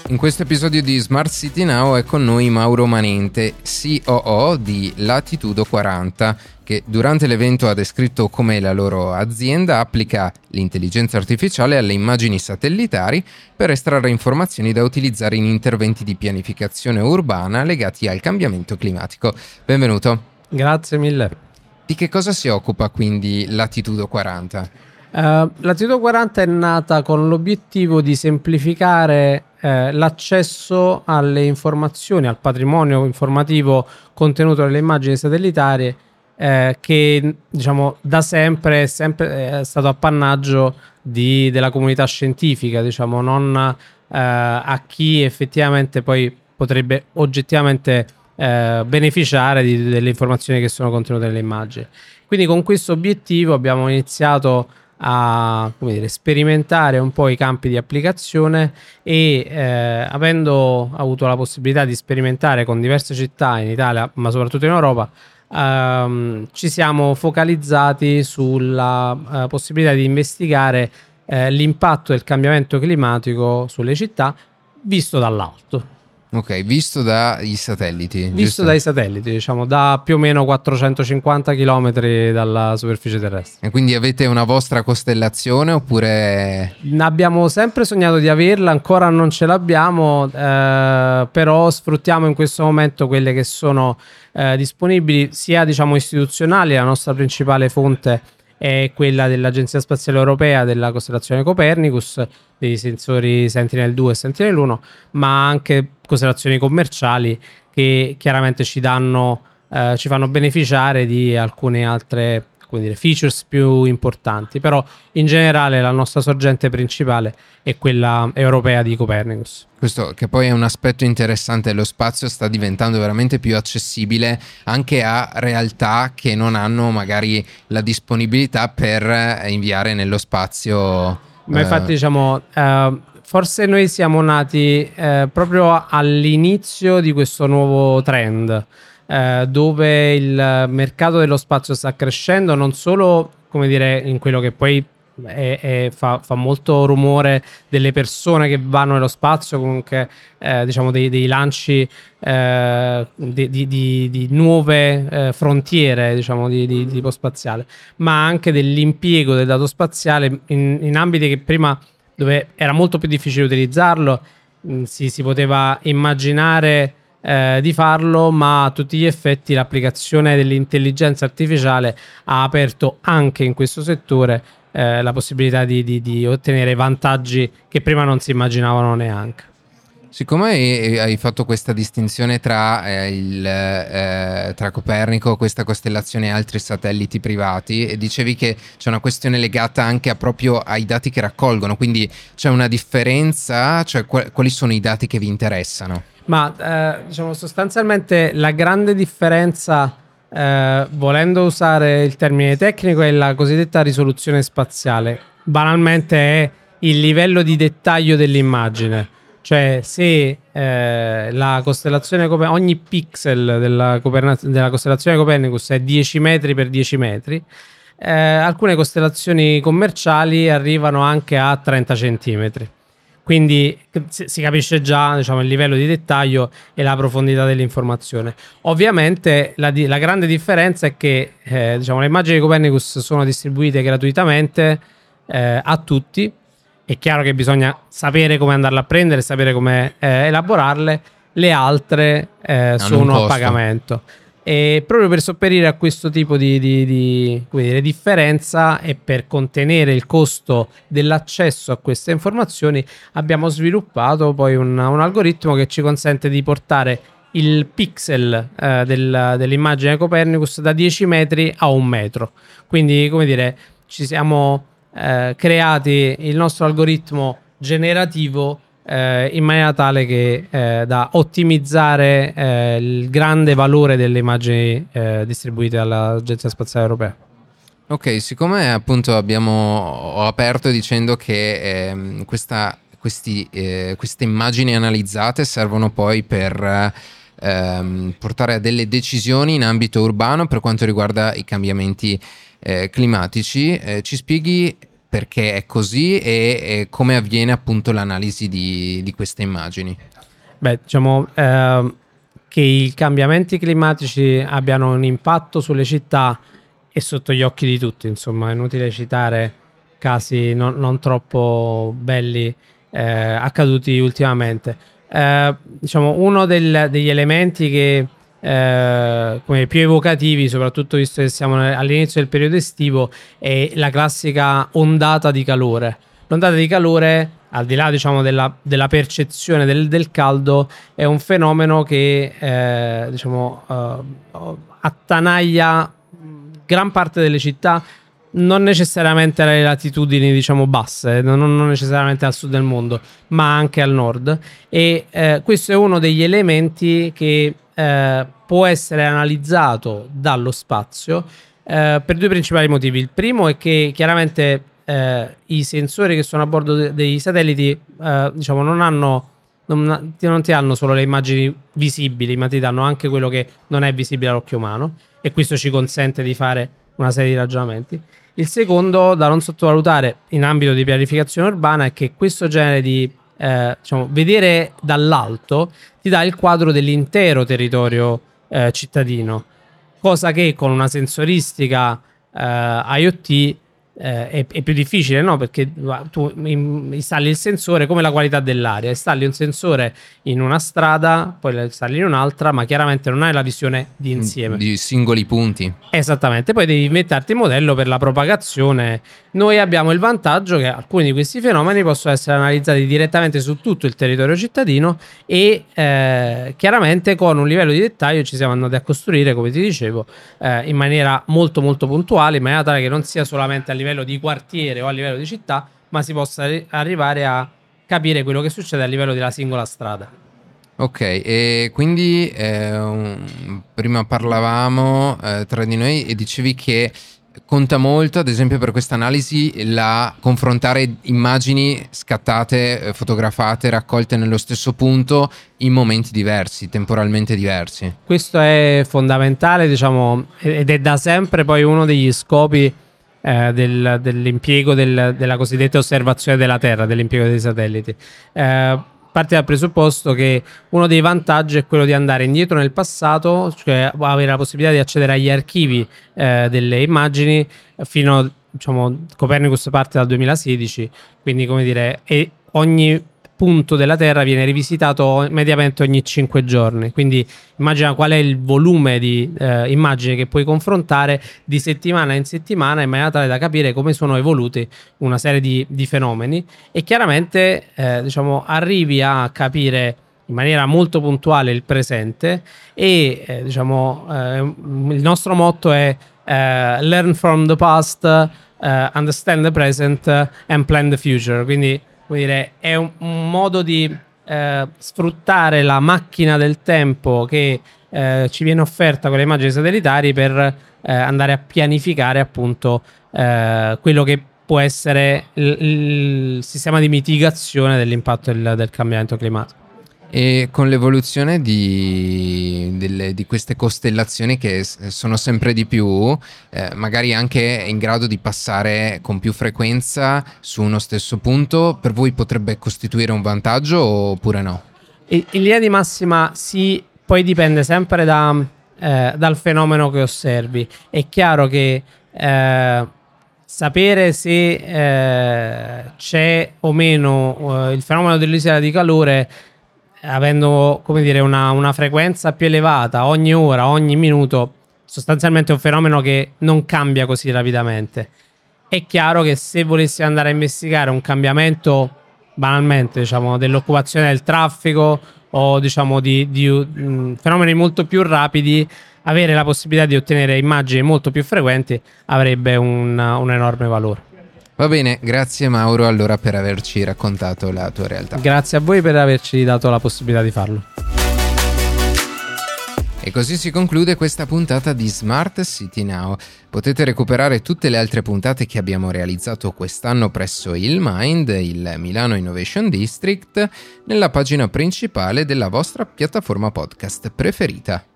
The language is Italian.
In questo episodio di Smart City Now è con noi Mauro Manente, COO di Latitudo 40, che durante l'evento ha descritto come la loro azienda applica l'intelligenza artificiale alle immagini satellitari per estrarre informazioni da utilizzare in interventi di pianificazione urbana legati al cambiamento climatico. Benvenuto. Grazie mille. Di che cosa si occupa quindi Latitudo 40? Latitudo 40 è nata con l'obiettivo di semplificare l'accesso alle informazioni, al patrimonio informativo contenuto nelle immagini satellitari che diciamo da sempre è stato appannaggio della comunità scientifica, diciamo, non a chi effettivamente poi potrebbe oggettivamente beneficiare delle informazioni che sono contenute nelle immagini. Quindi con questo obiettivo abbiamo iniziato a sperimentare un po' i campi di applicazione e avendo avuto la possibilità di sperimentare con diverse città in Italia ma soprattutto in Europa, ci siamo focalizzati sulla possibilità di investigare l'impatto del cambiamento climatico sulle città visto dall'alto. Ok, visto dai satelliti. Visto giusto? dai satelliti, diciamo, da più o meno 450 km dalla superficie terrestre. E quindi avete una vostra costellazione oppure... Abbiamo sempre sognato di averla, ancora non ce l'abbiamo, però sfruttiamo in questo momento quelle che sono disponibili, sia diciamo istituzionali. La nostra principale fonte è quella dell'Agenzia Spaziale Europea, della costellazione Copernicus, dei sensori Sentinel-2 e Sentinel-1, ma anche costellazioni commerciali che chiaramente ci fanno beneficiare di alcune altre features più importanti, però in generale la nostra sorgente principale è quella europea di Copernicus. Questo che poi è un aspetto interessante, lo spazio sta diventando veramente più accessibile anche a realtà che non hanno magari la disponibilità per inviare nello spazio. Ma infatti diciamo forse noi siamo nati proprio all'inizio di questo nuovo trend, dove il mercato dello spazio sta crescendo, non solo in quello che poi fa molto rumore delle persone che vanno nello spazio, comunque diciamo dei lanci di nuove frontiere, diciamo, di tipo spaziale, ma anche dell'impiego del dato spaziale in ambiti che prima, dove era molto più difficile utilizzarlo, si poteva immaginare di farlo, ma a tutti gli effetti l'applicazione dell'intelligenza artificiale ha aperto anche in questo settore la possibilità di ottenere vantaggi che prima non si immaginavano neanche. Siccome hai fatto questa distinzione tra Copernico, questa costellazione e altri satelliti privati, e dicevi che c'è una questione legata anche proprio ai dati che raccolgono, quindi c'è una differenza, cioè quali sono i dati che vi interessano? Ma diciamo sostanzialmente la grande differenza, volendo usare il termine tecnico, è la cosiddetta risoluzione spaziale. Banalmente è il livello di dettaglio dell'immagine. Cioè se la costellazione ogni pixel della costellazione Copernicus è 10 metri per 10 metri, alcune costellazioni commerciali arrivano anche a 30 centimetri. Quindi si capisce già, diciamo, il livello di dettaglio e la profondità dell'informazione. Ovviamente la grande differenza è che diciamo, le immagini di Copernicus sono distribuite gratuitamente a tutti. È chiaro che bisogna sapere come andarle a prendere, sapere come elaborarle. Le altre sono a pagamento. E proprio per sopperire a questo tipo di differenza e per contenere il costo dell'accesso a queste informazioni, abbiamo sviluppato poi un algoritmo che ci consente di portare il pixel dell'immagine Copernicus da 10 metri a 1 metro. Quindi, ci siamo creati il nostro algoritmo generativo in maniera tale che da ottimizzare il grande valore delle immagini distribuite dall'Agenzia Spaziale Europea. Ok, siccome appunto ho aperto dicendo che queste immagini analizzate servono poi per portare a delle decisioni in ambito urbano per quanto riguarda i cambiamenti climatici, ci spieghi perché è così e come avviene appunto l'analisi di queste immagini? Beh, diciamo che i cambiamenti climatici abbiano un impatto sulle città è sotto gli occhi di tutti, insomma, è inutile citare casi non troppo belli accaduti ultimamente. Diciamo, uno degli elementi che come più evocativi, soprattutto visto che siamo all'inizio del periodo estivo, è la classica ondata di calore. L'ondata di calore, al di là diciamo della percezione del caldo, è un fenomeno che attanaglia gran parte delle città, non necessariamente alle latitudini diciamo basse, non necessariamente al sud del mondo, ma anche al nord. E questo è uno degli elementi che può essere analizzato dallo spazio per due principali motivi. Il primo è che chiaramente i sensori che sono a bordo dei satelliti diciamo non ti danno solo le immagini visibili, ma ti danno anche quello che non è visibile all'occhio umano, e questo ci consente di fare una serie di ragionamenti. Il secondo da non sottovalutare in ambito di pianificazione urbana è che questo genere di vedere dall'alto ti dà il quadro dell'intero territorio cittadino, cosa che con una sensoristica IoT è più difficile, no? Perché tu installi il sensore come la qualità dell'aria, installi un sensore in una strada, poi lo installi in un'altra, ma chiaramente non hai la visione di insieme di singoli punti. Esattamente, poi devi metterti il modello per la propagazione. Noi abbiamo il vantaggio che alcuni di questi fenomeni possono essere analizzati direttamente su tutto il territorio cittadino e chiaramente con un livello di dettaglio ci siamo andati a costruire, come ti dicevo, in maniera molto molto puntuale, in maniera tale che non sia solamente a livello di quartiere o a livello di città, ma si possa arrivare a capire quello che succede a livello della singola strada. Ok, e quindi prima parlavamo tra di noi e dicevi che conta molto, ad esempio per questa analisi, la confrontare immagini scattate, fotografate, raccolte nello stesso punto in momenti diversi, temporalmente diversi. Questo è fondamentale, diciamo, ed è da sempre poi uno degli scopi dell'impiego della cosiddetta osservazione della Terra, dell'impiego dei satelliti. Parte dal presupposto che uno dei vantaggi è quello di andare indietro nel passato, cioè avere la possibilità di accedere agli archivi delle immagini fino, diciamo, Copernicus parte dal 2016, quindi come dire, e ogni punto della Terra viene rivisitato mediamente ogni 5 giorni, quindi immagina qual è il volume di immagini che puoi confrontare di settimana in settimana in maniera tale da capire come sono evoluti una serie di fenomeni, e chiaramente diciamo arrivi a capire in maniera molto puntuale il presente e il nostro motto è learn from the past, understand the present and plan the future, quindi vuol dire, è un modo di sfruttare la macchina del tempo che ci viene offerta con le immagini satellitari per andare a pianificare appunto quello che può essere il sistema di mitigazione dell'impatto del cambiamento climatico. E con l'evoluzione di queste costellazioni che sono sempre di più, magari anche in grado di passare con più frequenza su uno stesso punto, per voi potrebbe costituire un vantaggio oppure no? In linea di massima sì, poi dipende sempre dal fenomeno che osservi. È chiaro che sapere se c'è o meno il fenomeno dell'isola di calore, avendo, come dire, una frequenza più elevata ogni ora, ogni minuto, sostanzialmente è un fenomeno che non cambia così rapidamente. È chiaro che se volessi andare a investigare un cambiamento banalmente, diciamo, dell'occupazione del traffico o diciamo di fenomeni molto più rapidi, avere la possibilità di ottenere immagini molto più frequenti avrebbe un enorme valore. Va bene, grazie Mauro allora per averci raccontato la tua realtà. Grazie a voi per averci dato la possibilità di farlo. E così si conclude questa puntata di Smart City Now. Potete recuperare tutte le altre puntate che abbiamo realizzato quest'anno presso il Mind, il Milano Innovation District, nella pagina principale della vostra piattaforma podcast preferita.